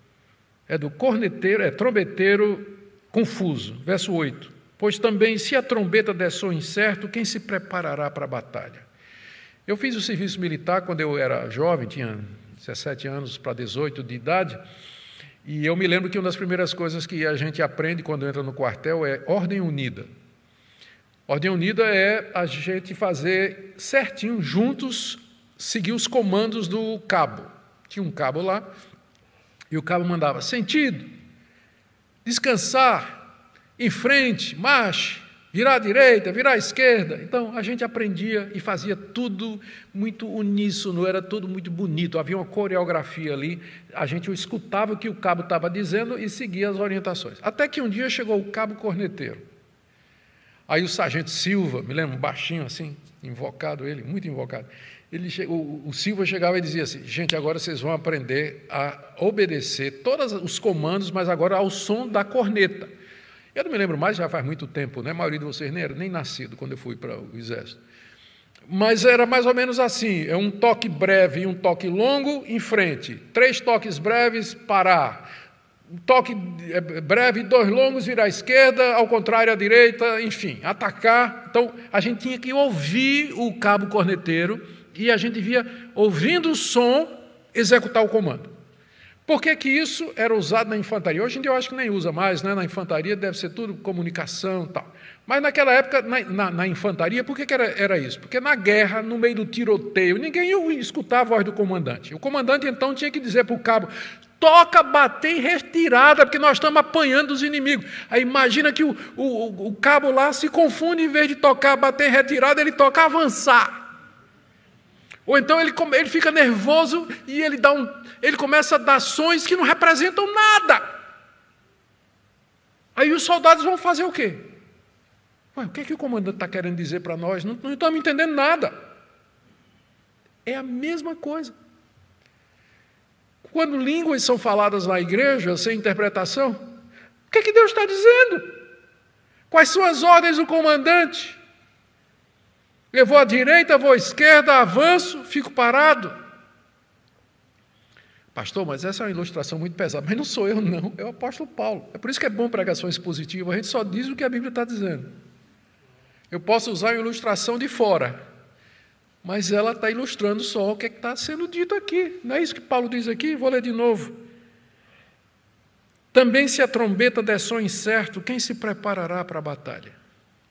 trombeteiro confuso, verso 8. Pois também, se a trombeta der som incerto, quem se preparará para a batalha? Eu fiz o serviço militar quando eu era jovem, tinha 17 anos para 18 de idade, e eu me lembro que uma das primeiras coisas que a gente aprende quando entra no quartel é ordem unida. Ordem unida é a gente fazer certinho, juntos, seguir os comandos do cabo. Tinha um cabo lá, e o cabo mandava sentido, descansar, em frente, marche, virar à direita, virar à esquerda. Então, a gente aprendia e fazia tudo muito uníssono, era tudo muito bonito, havia uma coreografia ali, a gente escutava o que o cabo estava dizendo e seguia as orientações. Até que um dia chegou o cabo corneteiro. Aí o sargento Silva, me lembro, baixinho assim, invocado ele, muito invocado, o Silva chegava e dizia assim, gente, agora vocês vão aprender a obedecer todos os comandos, mas agora ao som da corneta. Eu não me lembro mais, já faz muito tempo, né? A maioria de vocês nem era nem nascido quando eu fui para o Exército. Mas era mais ou menos assim, é um toque breve e um toque longo em frente, 3 toques breves, parar, um toque breve, 2 longos, virar à esquerda, ao contrário à direita, enfim, atacar. Então, a gente tinha que ouvir o cabo corneteiro e a gente devia, ouvindo o som, executar o comando. Por que que isso era usado na infantaria? Hoje em dia eu acho que nem usa mais, né? Na infantaria deve ser tudo comunicação e tal. Mas naquela época, na infantaria, por que era isso? Porque na guerra, no meio do tiroteio, ninguém escutava a voz do comandante. O comandante, então, tinha que dizer para o cabo, toca, bater em retirada, porque nós estamos apanhando os inimigos. Aí imagina que o cabo lá se confunde, em vez de tocar, bater em retirada, ele toca avançar. Ou então ele fica nervoso e ele começa a dar ações que não representam nada. Aí os soldados vão fazer o quê? Ué, o que é que o comandante está querendo dizer para nós? Não estamos entendendo nada. É a mesma coisa. Quando línguas são faladas na igreja, sem interpretação, o que é que Deus está dizendo? Quais são as ordens do comandante? Eu vou à direita, vou à esquerda, avanço, fico parado. Pastor, mas essa é uma ilustração muito pesada. Mas não sou eu, não. É o apóstolo Paulo. É por isso que é bom pregação expositiva. A gente só diz o que a Bíblia está dizendo. Eu posso usar a ilustração de fora, mas ela está ilustrando só o que está sendo dito aqui. Não é isso que Paulo diz aqui? Vou ler de novo. Também se a trombeta der som incerto, quem se preparará para a batalha?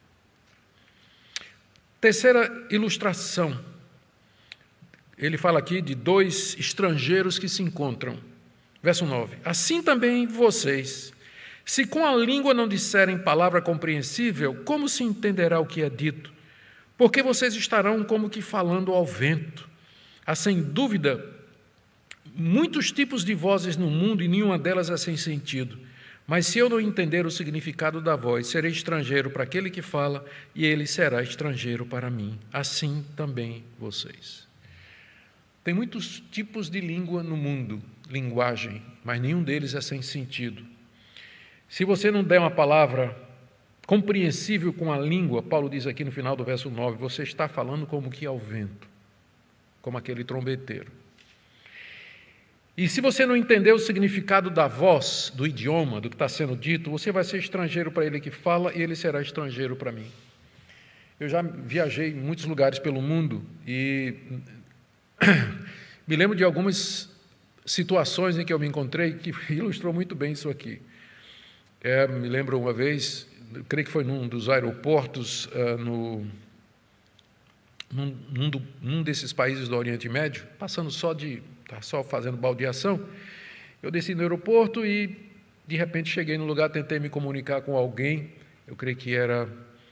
Terceira ilustração. Ele fala aqui de 2 estrangeiros que se encontram. Verso 9. Assim também vocês, se com a língua não disserem palavra compreensível, como se entenderá o que é dito? Porque vocês estarão como que falando ao vento. Há sem dúvida muitos tipos de vozes no mundo e nenhuma delas é sem sentido. Mas se eu não entender o significado da voz, serei estrangeiro para aquele que fala, e ele será estrangeiro para mim. Assim também vocês. Tem muitos tipos de língua no mundo, linguagem, mas nenhum deles é sem sentido. Se você não der uma palavra compreensível com a língua, Paulo diz aqui no final do verso 9, você está falando como que ao vento, como aquele trombeteiro. E se você não entender o significado da voz, do idioma, do que está sendo dito, você vai ser estrangeiro para ele que fala e ele será estrangeiro para mim. Eu já viajei em muitos lugares pelo mundo e me lembro de algumas situações em que eu me encontrei que ilustrou muito bem isso aqui. Me lembro uma vez, creio que foi num dos aeroportos num desses países do Oriente Médio, passando só fazendo baldeação. Eu desci no aeroporto e, de repente, cheguei no lugar, tentei me comunicar com alguém, eu creio que era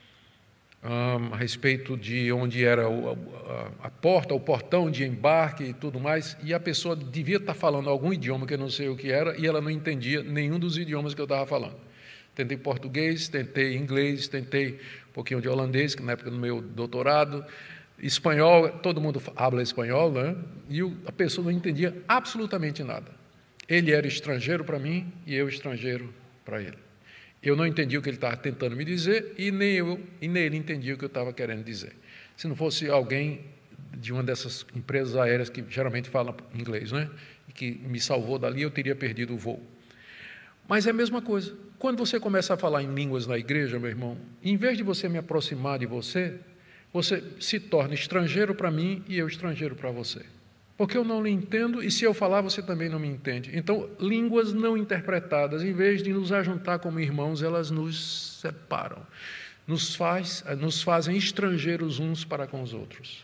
a respeito de onde era a porta, o portão de embarque e tudo mais, e a pessoa devia estar falando algum idioma que eu não sei o que era, e ela não entendia nenhum dos idiomas que eu estava falando. Tentei português, tentei inglês, tentei um pouquinho de holandês, que na época do meu doutorado, espanhol, todo mundo fala espanhol, né? E a pessoa não entendia absolutamente nada. Ele era estrangeiro para mim e eu estrangeiro para ele. Eu não entendi o que ele estava tentando me dizer e nem ele entendia o que eu estava querendo dizer. Se não fosse alguém de uma dessas empresas aéreas que geralmente fala inglês, né? E que me salvou dali, eu teria perdido o voo. Mas é a mesma coisa. Quando você começa a falar em línguas na igreja, meu irmão, em vez de você me aproximar de você, você se torna estrangeiro para mim e eu estrangeiro para você. Porque eu não lhe entendo e se eu falar você também não me entende. Então, línguas não interpretadas, em vez de nos ajuntar como irmãos, elas nos separam, nos fazem estrangeiros uns para com os outros.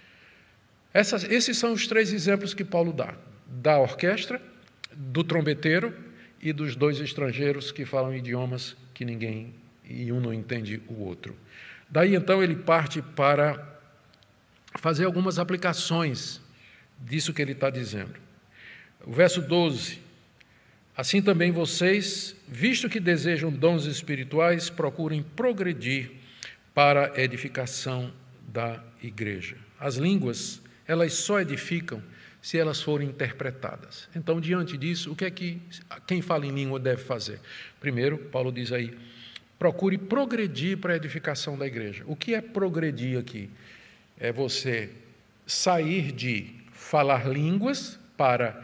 Esses são os 3 exemplos que Paulo dá: da orquestra, do trombeteiro e dos 2 estrangeiros que falam idiomas que ninguém, e um não entende o outro. Daí, então, ele parte para fazer algumas aplicações disso que ele está dizendo. O verso 12: assim também vocês, visto que desejam dons espirituais, procurem progredir para a edificação da igreja. As línguas, elas só edificam se elas forem interpretadas. Então, diante disso, o que é que quem fala em língua deve fazer? Primeiro, Paulo diz aí, procure progredir para a edificação da igreja. O que é progredir aqui? É você sair de falar línguas para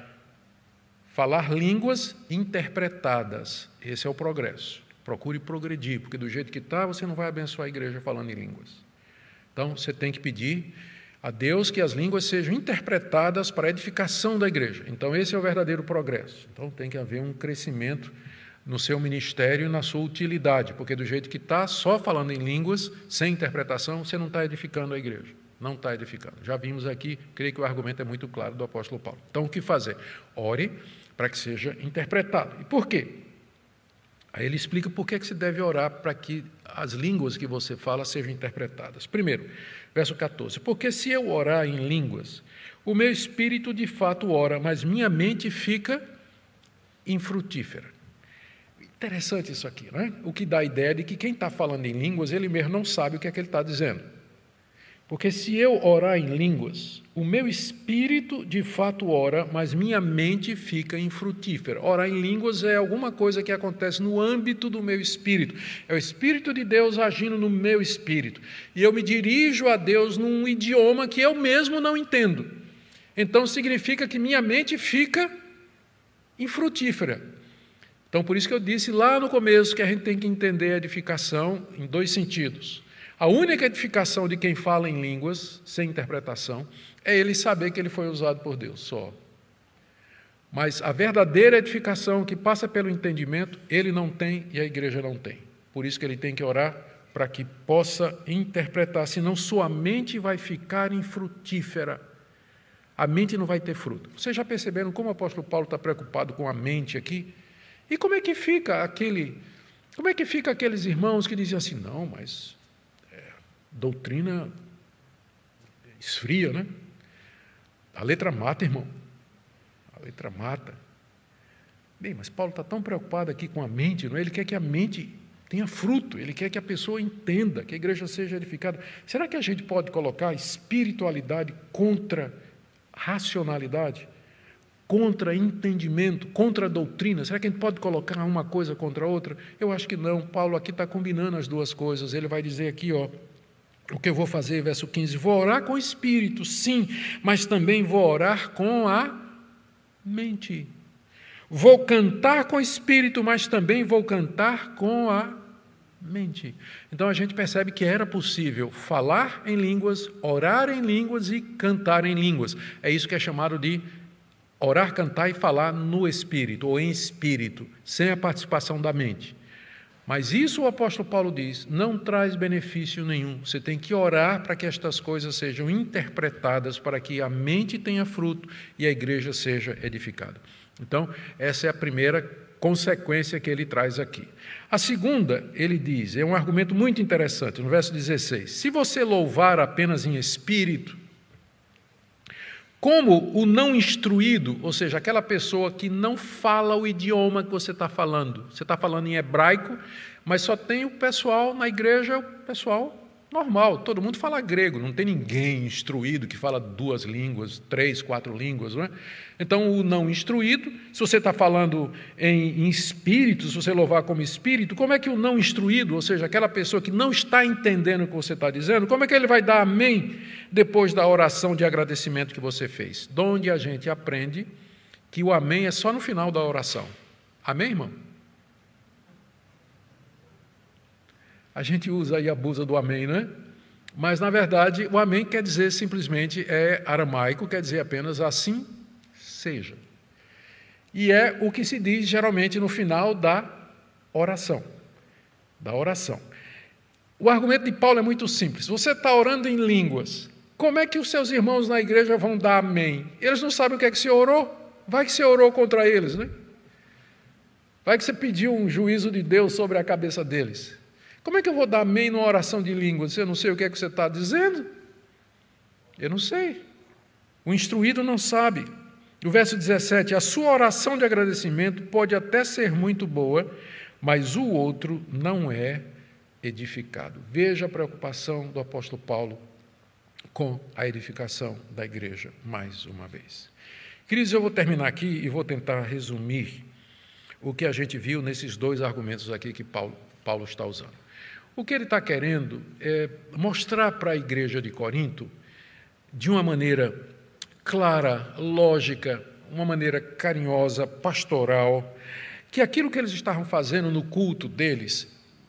falar línguas interpretadas. Esse é o progresso. Procure progredir, porque do jeito que está, você não vai abençoar a igreja falando em línguas. Então, você tem que pedir a Deus que as línguas sejam interpretadas para a edificação da igreja. Então, esse é o verdadeiro progresso. Então, tem que haver um crescimento no seu ministério e na sua utilidade, porque do jeito que está, só falando em línguas, sem interpretação, você não está edificando a igreja. Não está edificando. Já vimos aqui, creio que o argumento é muito claro do apóstolo Paulo. Então, o que fazer? Ore para que seja interpretado. E por quê? Aí ele explica por que se deve orar para que as línguas que você fala sejam interpretadas. Primeiro, verso 14. Porque se eu orar em línguas, o meu espírito de fato ora, mas minha mente fica infrutífera. Interessante isso aqui, não é? O que dá a ideia de que quem está falando em línguas, ele mesmo não sabe o que é que ele está dizendo. Porque se eu orar em línguas, o meu espírito de fato ora, mas minha mente fica infrutífera. Orar em línguas é alguma coisa que acontece no âmbito do meu espírito. É o Espírito de Deus agindo no meu espírito. E eu me dirijo a Deus num idioma que eu mesmo não entendo. Então significa que minha mente fica infrutífera. Então por isso que eu disse lá no começo que a gente tem que entender a edificação em 2 sentidos. A única edificação de quem fala em línguas, sem interpretação, é ele saber que ele foi usado por Deus, só. Mas a verdadeira edificação que passa pelo entendimento, ele não tem e a igreja não tem. Por isso que ele tem que orar para que possa interpretar, senão sua mente vai ficar infrutífera. A mente não vai ter fruto. Vocês já perceberam como o apóstolo Paulo está preocupado com a mente aqui? E como é que fica aqueles irmãos que dizem assim, não, mas doutrina esfria, né? A letra mata, irmão. A letra mata. Bem, mas Paulo está tão preocupado aqui com a mente, não é? Ele quer que a mente tenha fruto, ele quer que a pessoa entenda, que a igreja seja edificada. Será que a gente pode colocar espiritualidade contra racionalidade? Contra entendimento, contra doutrina? Será que a gente pode colocar uma coisa contra a outra? Eu acho que não. Paulo aqui está combinando as duas coisas. Ele vai dizer aqui, o que eu vou fazer, verso 15, vou orar com o espírito, sim, mas também vou orar com a mente. Vou cantar com o espírito, mas também vou cantar com a mente. Então a gente percebe que era possível falar em línguas, orar em línguas e cantar em línguas. É isso que é chamado de orar, cantar e falar no espírito, ou em espírito, sem a participação da mente. Mas isso o apóstolo Paulo diz, não traz benefício nenhum. Você tem que orar para que estas coisas sejam interpretadas, para que a mente tenha fruto e a igreja seja edificada. Então, essa é a primeira consequência que ele traz aqui. A segunda, ele diz, é um argumento muito interessante, no verso 16. Se você louvar apenas em espírito, como o não instruído, ou seja, aquela pessoa que não fala o idioma que você está falando. Você está falando em hebraico, mas só tem o pessoal na igreja, o pessoal normal. Todo mundo fala grego, não tem ninguém instruído que fala 2 línguas, 3, 4 línguas. Não é? Então, o não instruído, se você está falando em espírito, se você louvar como espírito, como é que o não instruído, ou seja, aquela pessoa que não está entendendo o que você está dizendo, como é que ele vai dar amém depois da oração de agradecimento que você fez? Donde a gente aprende que o amém é só no final da oração. Amém, irmão? A gente usa e abusa do amém, não é? Mas, na verdade, o amém quer dizer simplesmente, é aramaico, quer dizer apenas assim seja. E é o que se diz geralmente no final da oração. O argumento de Paulo é muito simples. Você está orando em línguas. Como é que os seus irmãos na igreja vão dar amém? Eles não sabem o que é que você orou. Vai que você orou contra eles, né? Vai que você pediu um juízo de Deus sobre a cabeça deles. Como é que eu vou dar amém numa oração de línguas? Eu não sei o que é que você está dizendo. Eu não sei. O instruído não sabe. No verso 17, a sua oração de agradecimento pode até ser muito boa, mas o outro não é edificado. Veja a preocupação do apóstolo Paulo com a edificação da igreja, mais uma vez. Queridos, eu vou terminar aqui e vou tentar resumir o que a gente viu nesses 2 argumentos aqui que Paulo está usando. O que ele está querendo é mostrar para a igreja de Corinto, de uma maneira clara, lógica, uma maneira carinhosa, pastoral, que aquilo que eles estavam fazendo no culto deles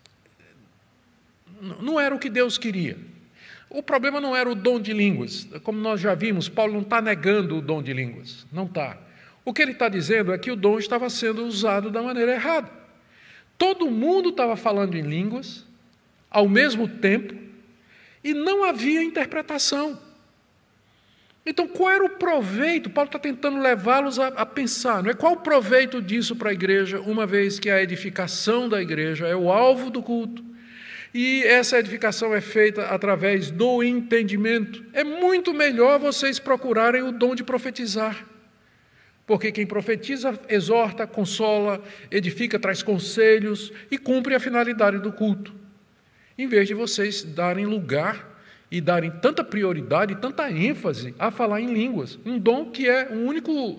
não era o que Deus queria. O problema não era o dom de línguas. Como nós já vimos, Paulo não está negando o dom de línguas. Não está. O que ele está dizendo é que o dom estava sendo usado da maneira errada. Todo mundo estava falando em línguas, ao mesmo tempo, e não havia interpretação. Então, qual era o proveito? Paulo está tentando levá-los a pensar, não é? Qual o proveito disso para a igreja, uma vez que a edificação da igreja é o alvo do culto, e essa edificação é feita através do entendimento? É muito melhor vocês procurarem o dom de profetizar, porque quem profetiza exorta, consola, edifica, traz conselhos e cumpre a finalidade do culto, em vez de vocês darem lugar e darem tanta prioridade, tanta ênfase a falar em línguas, um dom que é um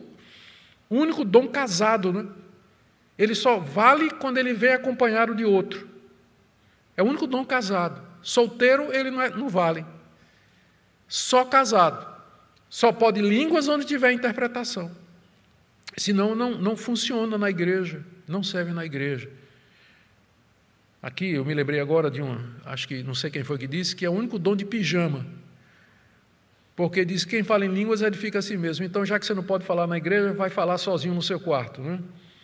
único dom casado, né? Ele só vale quando ele vem acompanhado de outro. É o único dom casado. Solteiro, ele não vale. Só casado. Só pode línguas onde tiver interpretação. Senão não funciona na igreja, não serve na igreja. Aqui eu me lembrei agora de acho que não sei quem foi que disse, que é o único dom de pijama. Porque diz que quem fala em línguas edifica a si mesmo. Então, já que você não pode falar na igreja, vai falar sozinho no seu quarto, né?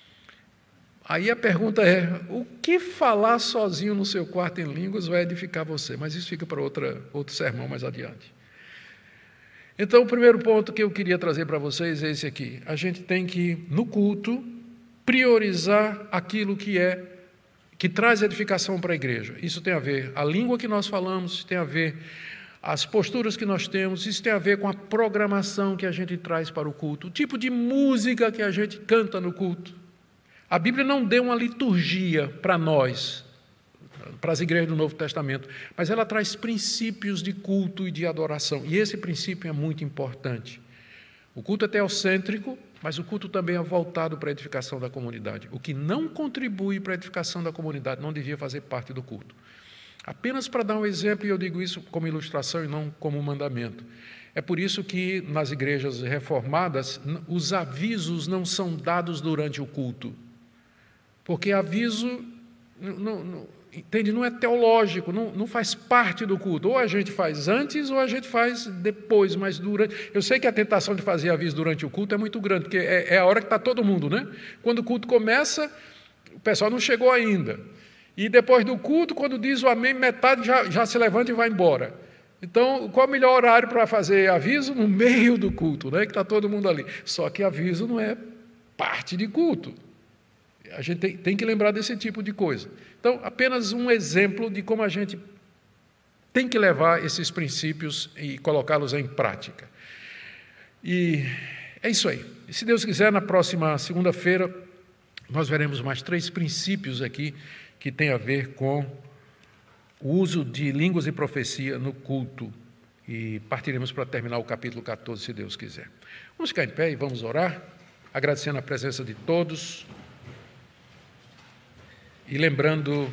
Aí a pergunta é, o que falar sozinho no seu quarto em línguas vai edificar você? Mas isso fica para outro sermão mais adiante. Então, o primeiro ponto que eu queria trazer para vocês é esse aqui. A gente tem que, no culto, priorizar aquilo que traz edificação para a igreja. Isso tem a ver a língua que nós falamos, isso tem a ver as posturas que nós temos, isso tem a ver com a programação que a gente traz para o culto, o tipo de música que a gente canta no culto. A Bíblia não deu uma liturgia para nós, para as igrejas do Novo Testamento, mas ela traz princípios de culto e de adoração, e esse princípio é muito importante. O culto é teocêntrico, mas o culto também é voltado para a edificação da comunidade. O que não contribui para a edificação da comunidade não devia fazer parte do culto. Apenas para dar um exemplo, e eu digo isso como ilustração e não como mandamento. É por isso que nas igrejas reformadas, os avisos não são dados durante o culto. Porque aviso não é teológico, não faz parte do culto. Ou a gente faz antes ou a gente faz depois, mas durante. Eu sei que a tentação de fazer aviso durante o culto é muito grande, porque é a hora que está todo mundo, né? Quando o culto começa, o pessoal não chegou ainda. E depois do culto, quando diz o amém, metade já se levanta e vai embora. Então, qual é o melhor horário para fazer aviso? No meio do culto, né? Que está todo mundo ali. Só que aviso não é parte de culto. A gente tem que lembrar desse tipo de coisa. Então, apenas um exemplo de como a gente tem que levar esses princípios e colocá-los em prática. E é isso aí. E se Deus quiser, na próxima segunda-feira, nós veremos mais 3 princípios aqui que tem a ver com o uso de línguas e profecia no culto. E partiremos para terminar o capítulo 14, se Deus quiser. Vamos ficar em pé e vamos orar, agradecendo a presença de todos e lembrando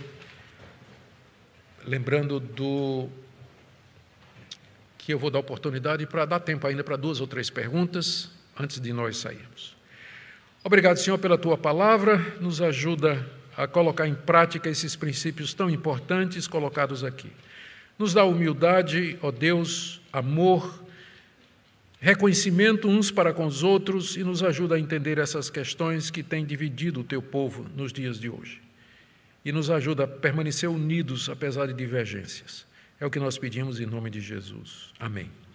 que eu vou dar oportunidade para dar tempo ainda para 2 ou 3 perguntas antes de nós sairmos. Obrigado, Senhor, pela Tua palavra, nos ajuda a colocar em prática esses princípios tão importantes colocados aqui. Nos dá humildade, ó Deus, amor, reconhecimento uns para com os outros e nos ajuda a entender essas questões que têm dividido o Teu povo nos dias de hoje. E nos ajuda a permanecer unidos apesar de divergências. É o que nós pedimos em nome de Jesus. Amém.